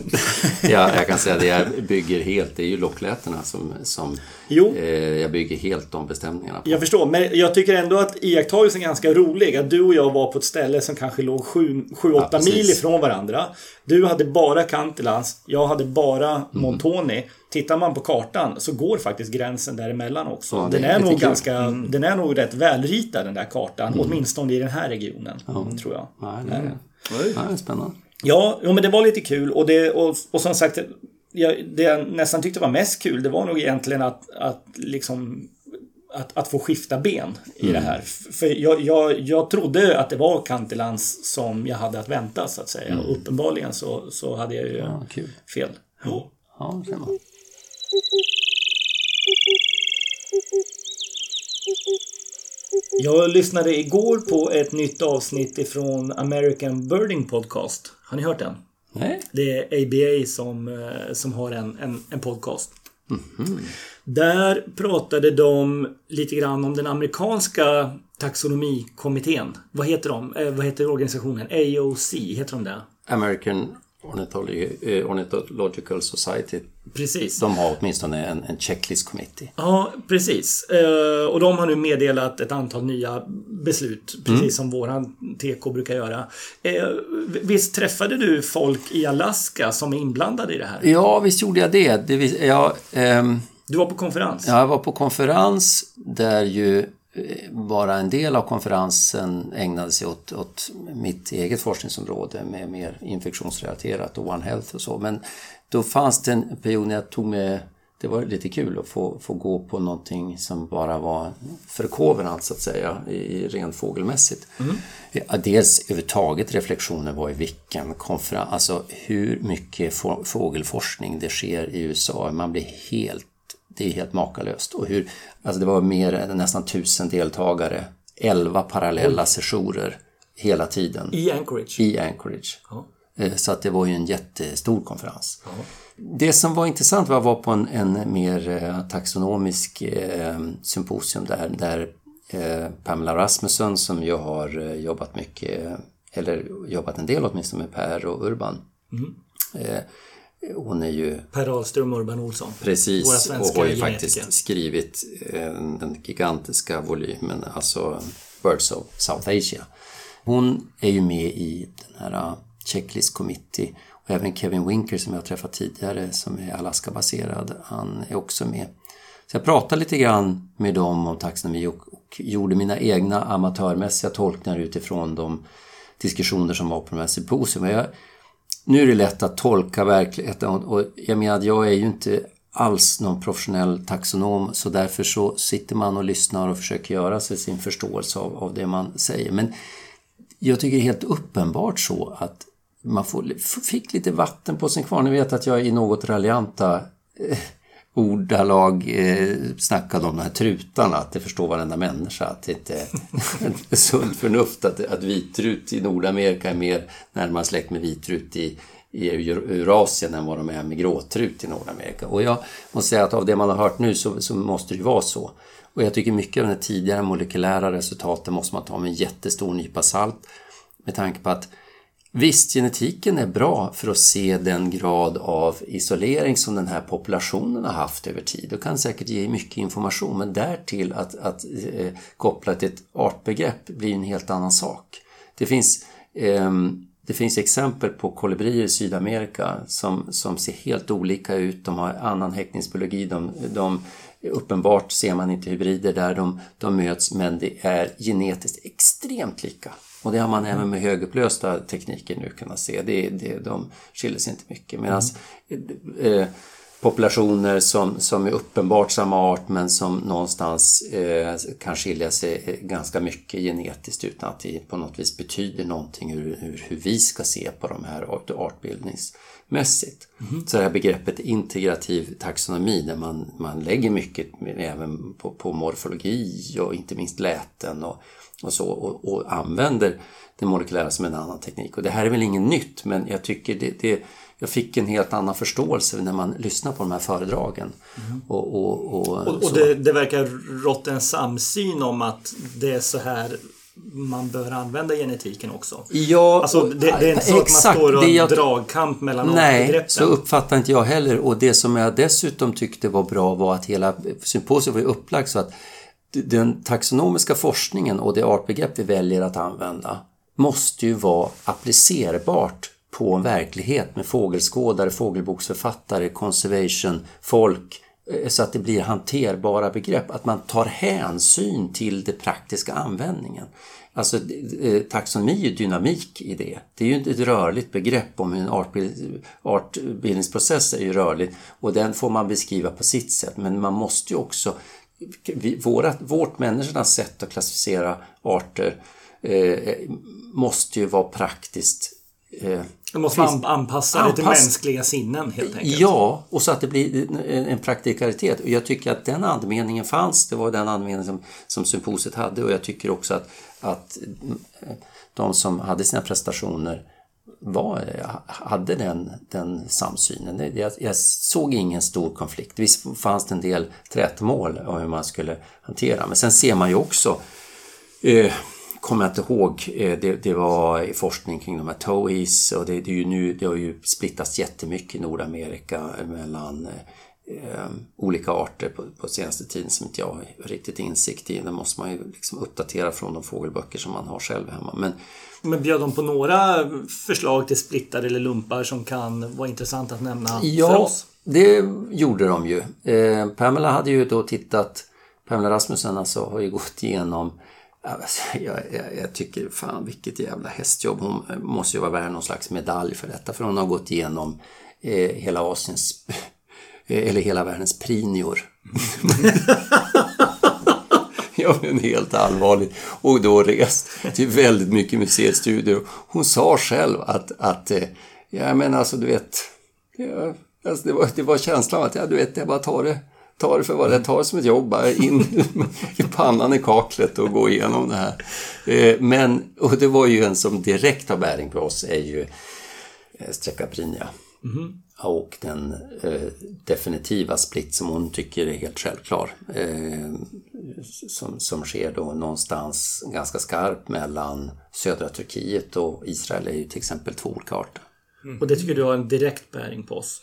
Ja, jag kan säga det. Jag bygger helt, det är ju lockläterna som, som eh, jag bygger helt de bestämningarna på. Jag förstår, men jag tycker ändå att iakttagelsen är ganska rolig. Att du och jag var på ett ställe som kanske låg sju åtta ja, mil ifrån varandra. Du hade bara kantilans, jag hade bara mm. Moltoni. Tittar man på kartan så går faktiskt gränsen däremellan också. Ja, den, är nog ganska, mm. den är nog rätt välritad den där kartan. Mm. Åtminstone i den här regionen, mm. tror jag. Ja, det är, ja, det är spännande. Ja, men det var lite kul. Och, det, och, och som sagt, jag, det jag nästan tyckte var mest kul, det var nog egentligen att, att, liksom, att, att få skifta ben i mm. det här. För jag, jag, jag trodde att det var kantilans som jag hade att vänta, så att säga. Mm. Och uppenbarligen så, så hade jag ju ja, kul. fel. Ja, ja det ser man. Jag lyssnade igår på ett nytt avsnitt ifrån American Birding Podcast. Har ni hört den? Nej. Det är A B A som, som har en, en, en podcast. Mm-hmm. Där pratade de lite grann om den amerikanska taxonomikommittén. Vad heter de? Eh, vad heter organisationen? A O C, heter de det? American Ornithology, uh, Ornithological Society. Precis. De har åtminstone en, en checklist committee. Ja, precis. Eh, och de har nu meddelat ett antal nya beslut, precis mm. som våran T K brukar göra. Eh, visst träffade du folk i Alaska som är inblandade i det här? Ja, visst gjorde jag det. det vis- jag, ehm, du var på konferens? Ja, jag var på konferens där ju bara en del av konferensen ägnade sig åt, åt mitt eget forskningsområde med mer infektionsrelaterat och One Health och så. Men då fanns det en period när jag tog med, det var lite kul att få, få gå på någonting som bara var förkovran så att säga, i rent fågelmässigt. Mm. Dels överhuvudtaget reflektionen var i vilken konferens, alltså hur mycket få, fågelforskning det sker i U S A. Man blir helt Det är helt makalöst. Och hur, alltså det var mer än nästan tusen deltagare. Elva parallella Oj. sessioner hela tiden. I Anchorage? I Anchorage. Ja. Så att det var ju en jättestor konferens. Ja. Det som var intressant var att vara på en, en mer taxonomisk eh, symposium där, där eh, Pamela Rasmussen som jag har eh, jobbat mycket, eller jobbat en del åtminstone med Per och Urban. Mm. Eh, Hon är ju... Per Ahlström och Urban Olsson. Precis, och har ju genetiker. faktiskt skrivit den gigantiska volymen, alltså Birds of South Asia. Hon är ju med i den här checklist committee, och även Kevin Winker som jag har träffat tidigare som är Alaska-baserad, han är också med. Så jag pratade lite grann med dem om taxonomi och, och gjorde mina egna amatörmässiga tolkningar utifrån de diskussioner som var på de här symposium. Jag Nu är det lätt att tolka verkligheten, och jag menar att jag är ju inte alls någon professionell taxonom, så därför så sitter man och lyssnar och försöker göra sig sin förståelse av, av det man säger. Men jag tycker det är helt uppenbart så att man får, fick lite vatten på sin kvarn. Ni vet att jag i något raljanta eh, ordalag eh, snackade om de här trutarna, att det förstår varenda människa, att det inte är sunt förnuft att, att vitrut i Nordamerika är mer närmare släkt med vitrut i, i Eurasien än vad de är med gråtrut i Nordamerika. Och jag måste säga att av det man har hört nu så, så måste det ju vara så. Och jag tycker mycket av de tidigare molekylära resultaten måste man ta med en jättestor nypa salt, med tanke på att visst, genetiken är bra för att se den grad av isolering som den här populationen har haft över tid och kan säkert ge mycket information, men därtill att, att eh, koppla till ett artbegrepp blir en helt annan sak. Det finns, eh, det finns exempel på kolibrier i Sydamerika som, som ser helt olika ut, de har annan häckningsbiologi, de, de uppenbart ser man inte hybrider där de, de möts, men det är genetiskt extremt lika. Och det har man även med högupplösta tekniker nu kunnat se. Det, det, de skiljer sig inte mycket. Medan mm. eh, populationer som, som är uppenbart samma art men som någonstans eh, kan skilja sig ganska mycket genetiskt utan att det på något vis betyder någonting hur, hur, hur vi ska se på de här artbildningsmässigt. Mm. Så det här begreppet integrativ taxonomi där man, man lägger mycket även på, på morfologi och inte minst läten och och så och, och använder det molekylära som en annan teknik. Och det här är väl ingen nytt, men jag tycker det, det jag fick en helt annan förståelse när man lyssnar på de här föredragen. Mm. Och, och, och, och, och det, det verkar rått en samsyn om att det är så här man bör använda genetiken också. Ja, alltså, det, det är inte så exakt, att man står och har jag, dragkamp mellan nej, begreppen. Så uppfattar inte jag heller. Och det som jag dessutom tyckte var bra var att hela symposiet var upplagt så att den taxonomiska forskningen och det artbegrepp vi väljer att använda måste ju vara applicerbart på en verklighet med fågelskådare, fågelboksförfattare, conservation, folk, så att det blir hanterbara begrepp. Att man tar hänsyn till det praktiska användningen. Alltså taxonomi är ju dynamik i det. Det är ju inte ett rörligt begrepp om en artbild, artbildningsprocess är ju rörlig och den får man beskriva på sitt sätt. Men man måste ju också Vi, våra, vårt människornas sätt att klassificera arter eh, måste ju vara praktiskt. Eh, det måste vara anpassade till mänskliga sinnen helt enkelt. Ja, och så att det blir en, en praktikalitet. Och jag tycker att den andemeningen fanns, det var den andemeningen som, som symposiet hade. Och jag tycker också att, att de som hade sina prestationer var, hade den, den samsynen. Jag, jag såg ingen stor konflikt. Visst fanns det en del trätmål om hur man skulle hantera. Men sen ser man ju också, eh, kommer jag inte ihåg, eh, det, det var i forskning kring de här towhees och det, det, är ju nu, det har ju splittats jättemycket i Nordamerika mellan eh, olika arter på, på senaste tiden som inte jag har riktigt insikt i. Det måste man ju liksom uppdatera från de fågelböcker som man har själv hemma. Men Men bjöd de på några förslag till splittar eller lumpar som kan vara intressant att nämna ja, för oss? Det gjorde de ju. Eh, Pamela hade ju då tittat, Pamela Rasmussen alltså har ju gått igenom, jag, jag, jag tycker fan vilket jävla hästjobb. Hon måste ju vara värd någon slags medalj för detta, för hon har gått igenom eh, hela Asiens, eller hela världens prinior. Ja, men helt allvarligt. Och då rest till väldigt mycket museistudier. Hon sa själv att, att ja men alltså du vet, ja, alltså det, var, det var känslan att ja, du vet, jag bara tar det, tar det för vad det tar som ett jobb, bara in i pannan i kaklet och gå igenom det här. Men, och det var ju en som direkt har bäring på oss är ju Sträckaprinia. Mm-hmm. Och den eh, definitiva split som hon tycker är helt självklar. Eh, som, som sker då någonstans ganska skarpt mellan södra Turkiet och Israel är ju till exempel två olika arter. Mm. Och det tycker du har en direkt bäring på oss?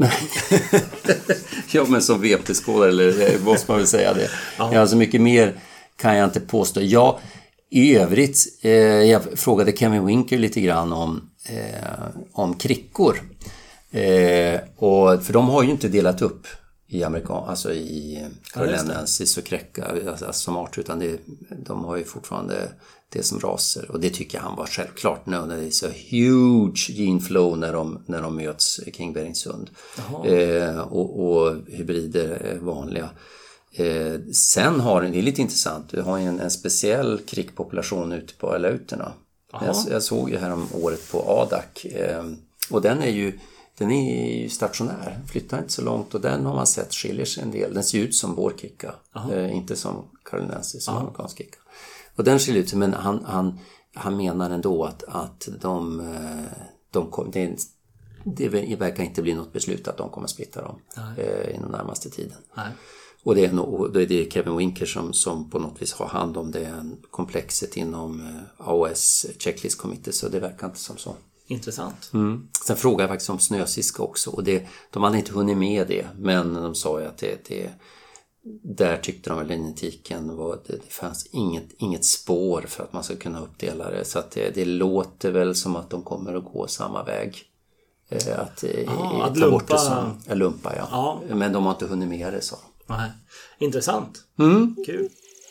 Ja, men som V P-skådare eller måste man väl säga det. Ja. Alltså mycket mer kan jag inte påstå. Ja, i övrigt, eh, jag frågade Kevin Winker lite grann om, eh, om krickor. Eh, och för de har ju inte delat upp i amerikan, alltså i Carolinensis och kräcka alltså, som art, utan det, de har ju fortfarande det som raser, och det tycker han var självklart nu när det är så huge genflow när de, när de möts kring Beringsund. Eh, och, och hybrider är vanliga. Eh, sen har det är lite intressant, du har en, en speciell krickpopulation ute på Aleuterna. Jag, jag såg ju här om året på Adak eh, och den är ju Den är ju stationär, flyttar inte så långt, och den har man sett skiljer sig en del. Den ser ut som vår kicka, eh, inte som Carolinensis, som amerikansk kicka. Och den skiljer ut sig, men han, han, han menar ändå att, att de, de kom, det, det verkar inte bli något beslut att de kommer splitta dem eh, inom närmaste tiden. Nej. Och det är, nog, det är Kevin Winker som, som på något vis har hand om det komplexet inom A O S Checklist Committee, så det verkar inte som så. Intressant. Mm. Sen frågade jag faktiskt om snösiska också, och det, de hade inte hunnit med det, men de sa ju att det, det där tyckte de väl genetiken var, det, det fanns inget, inget spår för att man ska kunna uppdela det, så att det, det låter väl som att de kommer att gå samma väg. Eh, att, ah, att ta lumpa. Bort det som, ja, lumpa ja. Ah. Men de har inte hunnit med det, så. Nej. Intressant. Mm. Kul.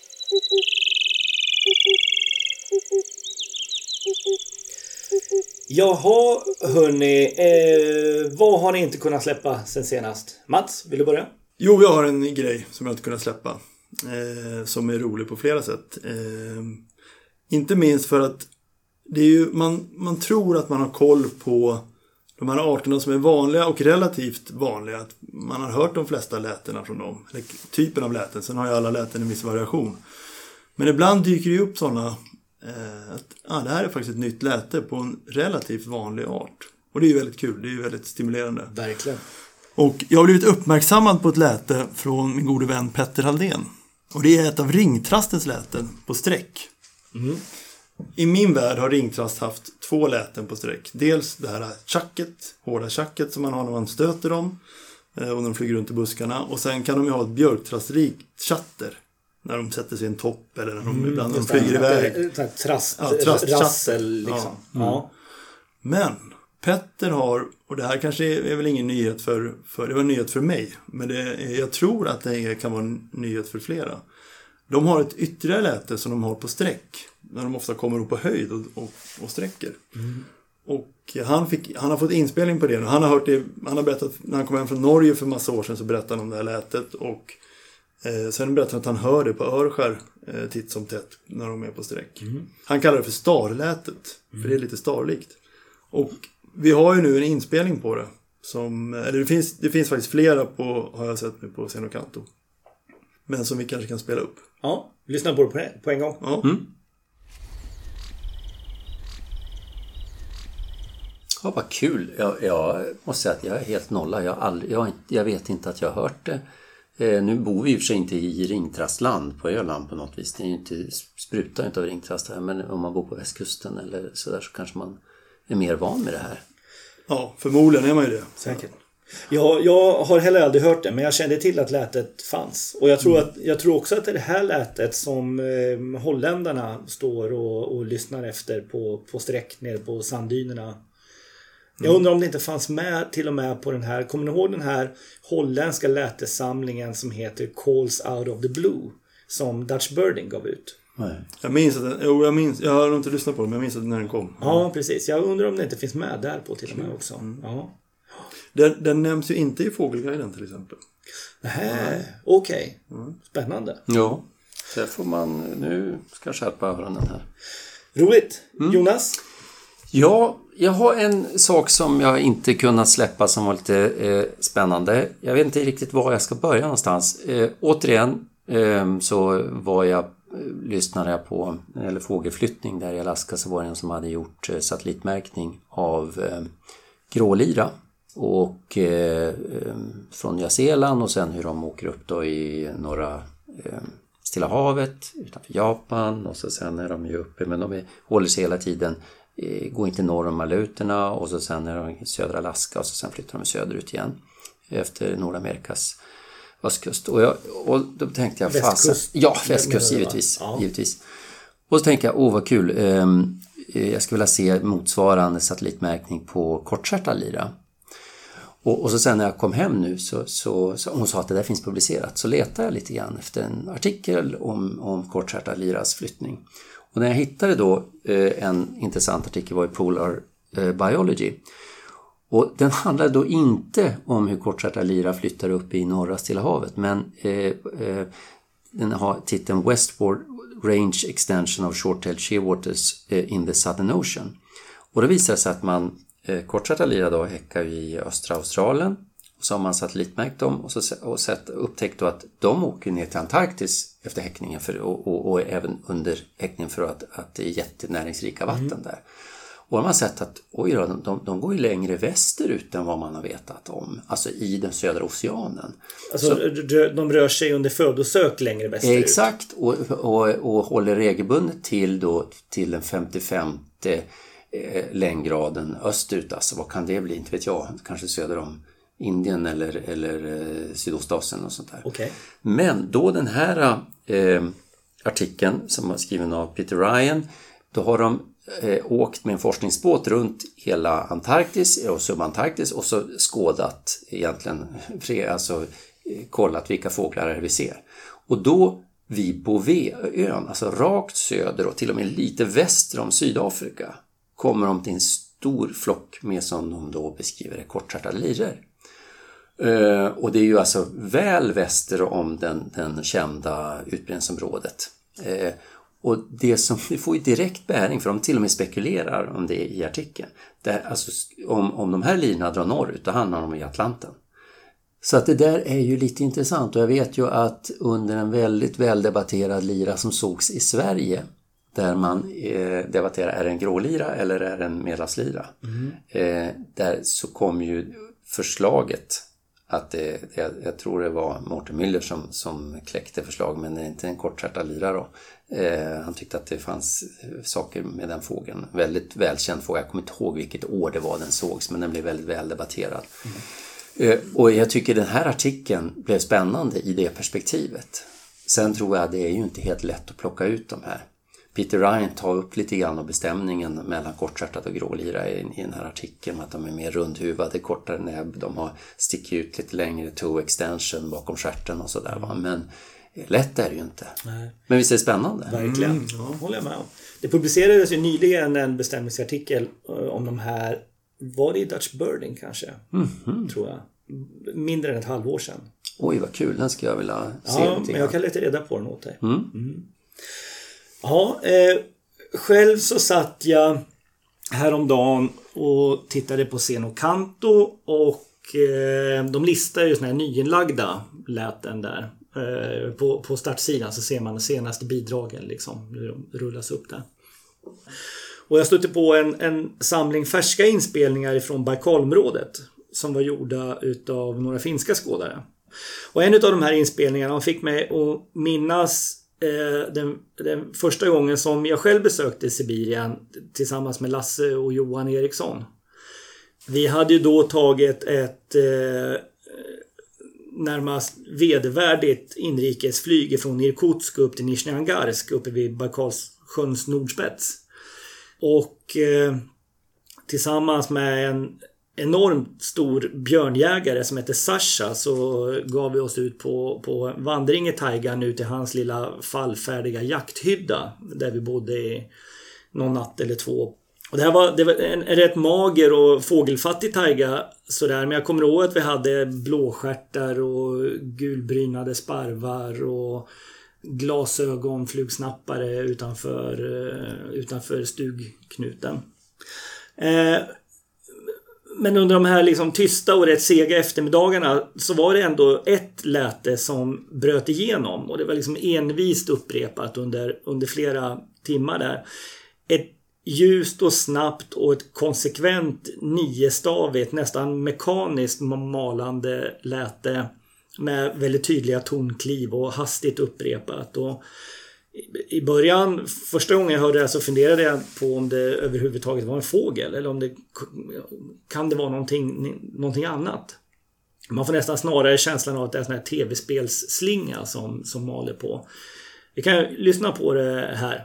Jaha, hörni. Eh, vad har ni inte kunnat släppa sen senast? Mats, vill du börja? Jo, jag har en grej som jag inte kunnat släppa. Eh, som är rolig på flera sätt. Eh, inte minst för att det är ju, man, man tror att man har koll på de här arterna som är vanliga och relativt vanliga. Att man har hört de flesta lätena från dem. Eller typen av läten. Sen har ju alla läten en viss variation. Men ibland dyker det upp sådana att ah, det här är faktiskt ett nytt läte på en relativt vanlig art. Och det är ju väldigt kul, det är ju väldigt stimulerande. Verkligen. Och jag har blivit uppmärksammad på ett läte från min gode vän Petter Halldén. Och det är ett av ringtrastens läten på sträck. Mm. I min värld har ringtrast haft två läten på sträck. Dels det här tjacket, hårda tjacket som man har när man stöter dem och när de flyger runt i buskarna. Och sen kan de ju ha ett björktrastrikt chatter. När de sätter sig i en topp eller när de mm, ibland de flyger iväg. Trast, ja, trast, rassel liksom. Ja. Mm. Ja. Men Petter har, och det här kanske är, är väl ingen nyhet för, för det var en nyhet för mig, men det är, jag tror att det kan vara en nyhet för flera. De har ett ytterligare läte som de har på sträck, när de ofta kommer upp på höjd och, och, och sträcker. Mm. Och han, fick, han har fått inspelning på det. Han har hört det, han har berättat, när han kom hem från Norge för massa år sedan så berättade han om det här lätet, och Eh, sen berättar han att han hör det på Örskär eh, titt som tätt när de är på sträck. Mm. Han kallar det för starlätet, mm. för det är lite starlikt. Och vi har ju nu en inspelning på det. Som, eller det finns, det finns faktiskt flera på, har jag sett nu på Senokanto. Men som vi kanske kan spela upp. Ja, lyssna på det på, på en gång. Ja. Mm. Ja, vad kul. Jag, jag måste säga att jag är helt nolla. Jag, aldrig, jag, jag vet inte att jag har hört det. Eh, nu bor vi ju för sig inte i ringtrastland på Öland på något vis. Det är ju inte, sprutar inte av ringtrast här. Men om man bor på västkusten eller sådär så kanske man är mer van med det här. Ja, förmodligen är man ju det. Säkert. Jag, jag har heller aldrig hört det, men jag kände till att lätet fanns. Och jag tror, mm. att, jag tror också att det är det här lätet som eh, holländarna står och, och lyssnar efter på, på sträck ner på sanddynerna. Mm. Jag undrar om det inte fanns med till och med på den här, kommer ni ihåg den här holländska lätesamlingen som heter Calls Out of the Blue som Dutch Birding gav ut? Nej. Jag minns att den, jo, jag minns, jag har inte lyssnat på den, men jag minns att när den kom. Ja, ja, precis. Jag undrar om det inte finns med där på till och med också. Mm. Ja. Den, den nämns ju inte i Fågelguiden till exempel. Nej, okej. Okay. Mm. Spännande. Ja, det får man, nu ska jag skärpa öronen här. Roligt. Mm. Jonas? Ja, jag har en sak som jag inte kunnat släppa som var lite eh, spännande. Jag vet inte riktigt var jag ska börja någonstans. Eh, återigen eh, så var jag, eh, lyssnade jag på, eller fågelflyttning där i Alaska, så var det en som hade gjort eh, satellitmärkning av eh, grålira. Och eh, från Nya Zeeland och sen hur de åker upp då i norra eh, Stilla havet utanför Japan, och så sen är de ju uppe, men de är, håller sig hela tiden, eh, går inte norr om Maluterna, och så sen är de i södra Alaska och så sen flyttar de söderut igen efter Nordamerikas östkust. Och, jag, och då tänkte jag västkust. Fast, ja, västkust givetvis, ja. givetvis. Och så tänkte jag, åh vad kul, eh, jag skulle vilja se motsvarande satellitmärkning på kortstjärtad lira. Och, och så sen när jag kom hem nu så, så, så hon sa att det där finns publicerat, så letade jag lite grann efter en artikel om, om kortstjärtad liras flyttning. Och när jag hittade då eh, en intressant artikel var i Polar eh, Biology. Och den handlade då inte om hur kortstjärtad lira flyttar upp i norra Stilla havet, men eh, eh, den har titeln Westward Range Extension of Short-tailed Shearwaters eh, in the Southern Ocean. Och det visar sig att man kortstjärtad lira då häckar i östra Australien, och så har man satellitmärkt dem och, så, och sett, upptäckt då att de åker ner till Antarktis efter häckningen för, och, och, och även under häckningen för att, att det är jättenäringsrika vatten mm. där. Och man har sett att oj då, de, de går ju längre västerut än vad man har vetat om, alltså i den södra oceanen. Alltså så, de rör sig under födosök längre västerut. Exakt, och, och, och håller regelbundet till då till den femtiofemte längdgraden österut, alltså vad kan det bli, inte vet jag, kanske söder om Indien eller, eller eh, Sydostasien och sånt där. Okay. Men då den här eh, artikeln som var skriven av Peter Ryan, då har de eh, åkt med en forskningsbåt runt hela Antarktis och subantarktis och så skådat egentligen, alltså kollat vilka fåglar vi ser. Och då vid Bouvetön, alltså rakt söder och till och med lite väster om Sydafrika, kommer de till en stor flock med, som de då beskriver det, kortstjärtade liror. Uh, och det är ju alltså väl väster om den, den kända utbredningsområdet. Uh, och det som det får ju direkt bäring, för de till och med spekulerar om det i artikeln. Det, alltså, om, om de här lirorna drar norrut, då hamnar de i Atlanten. Så att det där är ju lite intressant, och jag vet ju att under en väldigt väldebatterad lira som sågs i Sverige, där man eh, debatterar, är det en grålira eller är det en medelhavslira? Mm. Eh, där så kom ju förslaget att det, jag, jag tror det var Mårten Müller som, som kläckte förslag, men det är inte en kortstjärtad lira då. Eh, han tyckte att det fanns saker med den fågeln. Väldigt välkänd fågel, jag kommer inte ihåg vilket år det var den sågs, men den blev väldigt väl debatterad. Mm. Eh, och jag tycker den här artikeln blev spännande i det perspektivet. Sen tror jag att det är ju inte helt lätt att plocka ut de här. Peter Ryan tar upp lite grann av bestämningen mellan kortstjärtad och grålira i, i den här artikeln, att de är mer rundhuvade, kortare näbb, de har sticker ut lite längre toe extension bakom stjärten och sådär. Mm. Men lätt är det ju inte. Nej. Men visst är det spännande? Verkligen, mm, ja. Håller jag med om. Det publicerades ju nyligen en bestämningsartikel om de här, var det i Dutch Birding kanske? Mm. Tror jag. Mindre än ett halvår sedan. Oj, vad kul, den ska jag vilja se. Ja, men jag kan leta reda på den åt dig. Mm. Mm. Ja, eh, själv så satt jag häromdagen och tittade på Senokanto, och eh, de listar ju såna här nyinlagda läten där. Eh, på, på startsidan så ser man de senaste bidragen liksom, hur de rullas upp där. Och jag stötte på en, en samling färska inspelningar från Baikalområdet som var gjorda utav några finska skådare. Och en av de här inspelningarna fick mig att minnas eh, den, den första gången som jag själv besökte Sibirien tillsammans med Lasse och Johan Eriksson. Vi hade ju då tagit ett eh, närmast vedervärdigt inrikesflyg från Irkutsk upp till Nizjneangarsk uppe vid Baikalsjöns nordspets. Och eh, tillsammans med en enormt stor björnjägare som heter Sasha så gav vi oss ut på, på vandring i taigan nu till hans lilla fallfärdiga jakthydda där vi bodde i någon natt eller två. Och det här var, det var en, en rätt mager och fågelfattig taiga sådär, men jag kommer ihåg att vi hade blåstjärtar och gulbrynade sparvar och glasögon, flugsnappare utanför, utanför stugknuten. Eh, men under de här liksom tysta och rätt sega eftermiddagarna så var det ändå ett läte som bröt igenom och det var liksom envist upprepat under, under flera timmar där. Ett ljust och snabbt och ett konsekvent niostavigt, nästan mekaniskt malande läte med väldigt tydliga tonkliv och hastigt upprepat. Och i början, första gången jag hörde det så funderade jag på om det överhuvudtaget var en fågel eller om det kan det vara någonting, någonting annat. Man får nästan snarare känslan av att det är en sån här tv-spelsslinga som, som maler på. Vi kan lyssna på det här.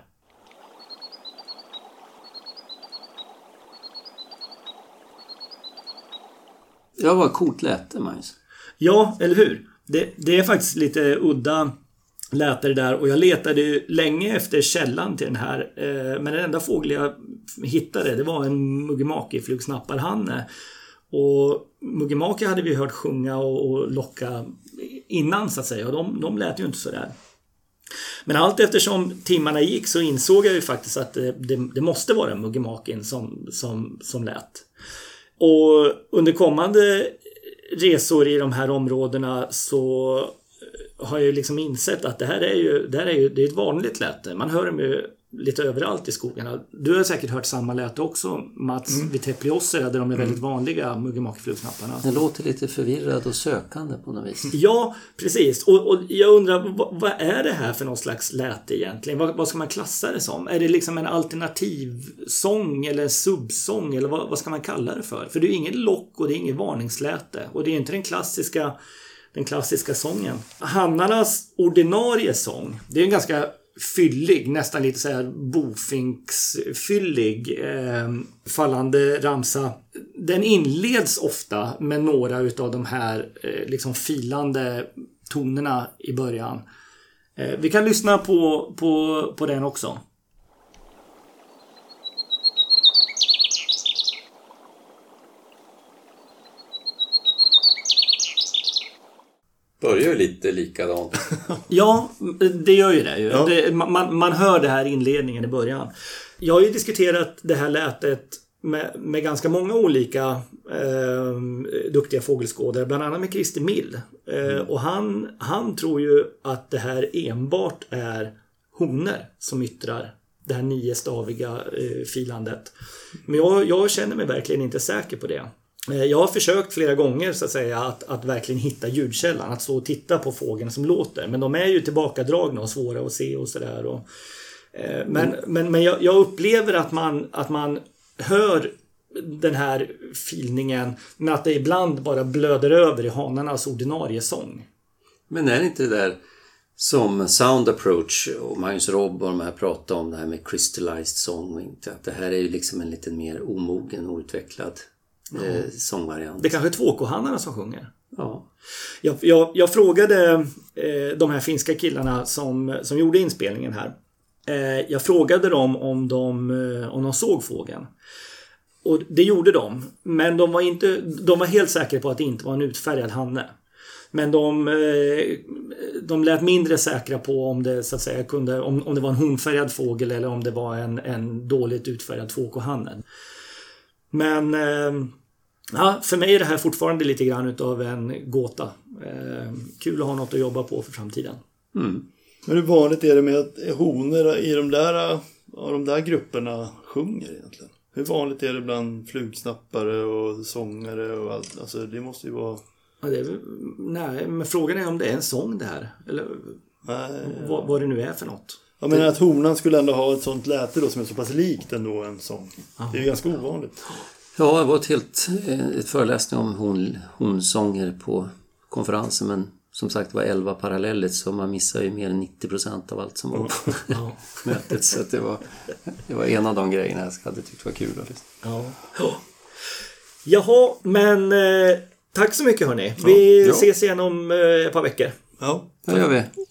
Ja, vad coolt lät det, Magnus. Ja, eller hur? Det, det är faktiskt lite udda läte det där och jag letade ju länge efter källan till den här eh, men den enda fågel jag hittade det var en Mugimaki flugsnapparhanne och Mugimaki hade vi hört sjunga och, och locka innan så att säga och de, de lät ju inte så där. Men allt eftersom timmarna gick så insåg jag ju faktiskt att det, det, det måste vara Mugimakin som, som, som lät. Och under kommande resor i de här områdena så har jag ju liksom insett att det här är ju, det här är ju det är ett vanligt läte. Man hör dem ju lite överallt i skogarna. Du har säkert hört samma läte också, Mats, mm. vid Tepliosser där de är väldigt vanliga Mugimaki-flugsnapparna. Det låter lite förvirrad och sökande på något vis. Ja, precis. Och, och jag undrar, vad, vad är det här för någon slags läte egentligen? Vad, vad ska man klassa det som? Är det liksom en alternativ sång eller subsång eller vad, vad ska man kalla det för? För det är ju ingen lock och det är ingen varningsläte. Och det är inte den klassiska den klassiska sången. Hannarnas ordinarie sång, det är en ganska fyllig, nästan lite så här bofinksfyllig eh, fallande ramsa. Den inleds ofta med några utav de här eh, liksom filande tonerna i början. Eh, vi kan lyssna på, på, på den också. Börjar ju lite likadant. Ja, det gör ju det. Ju. Ja. det man, man hör det här inledningen i början. Jag har ju diskuterat det här lätet med, med ganska många olika eh, duktiga fågelskådare. Bland annat med Christer Mill. Eh, mm. Och han, han tror ju att det här enbart är honor som yttrar det här niostaviga eh, filandet. Men jag, jag känner mig verkligen inte säker på det. Jag har försökt flera gånger så att säga att, att verkligen hitta ljudkällan, att stå och titta på fågeln som låter, men de är ju tillbakadragna och svåra att se och sådär. Och, eh, men mm. men, men jag, jag upplever att man, att man hör den här filningen, men att det ibland bara blöder över i hanarnas ordinarie sång. Men är det inte det där som Sound Approach och Magnus Robb och de här pratar om det här med crystallized song, inte att det här är ju liksom en lite mer omogen och utvecklad Eh, sångvariant. Det är kanske tvåkohannarna som sjunger. Ja. Jag, jag, jag frågade eh, de här finska killarna som, som gjorde inspelningen här. Eh, jag frågade dem om de, eh, om de såg fågeln. Och det gjorde de. Men de var, inte, de var helt säkra på att det inte var en utfärgad hanne. Men de, eh, de lät mindre säkra på om det, så att säga, kunde, om, om det var en honfärgad fågel eller om det var en, en dåligt utfärgad tvåkohanne. Men eh, ja, för mig är det här fortfarande lite grann utav en gåta. Eh, kul att ha något att jobba på för framtiden. Mm. Men hur vanligt är det med att honor i de där ja, de där grupperna sjunger egentligen? Hur vanligt är det bland flugsnappare och sångare och allt? Alltså det måste ju vara... Ja, det är, nej, men frågan är om det är en sång det här. Eller nej, vad, vad det nu är för något. Jag menar att honan skulle ändå ha ett sånt läte då som är så pass likt ändå en sång. Aha. Det är ju ganska ovanligt. Ja, det var ett helt ett föreläsning om hon, honsånger på konferensen, men som sagt det var elva parallelligt så man missar ju mer än nittio procent av allt som var på ja. mötet. Så att det, var, det var en av de grejerna jag hade tyckt var kul. Ja. Jaha, men eh, tack så mycket hörni. Vi ja. ses igen om eh, ett par veckor. Ja, det gör vi.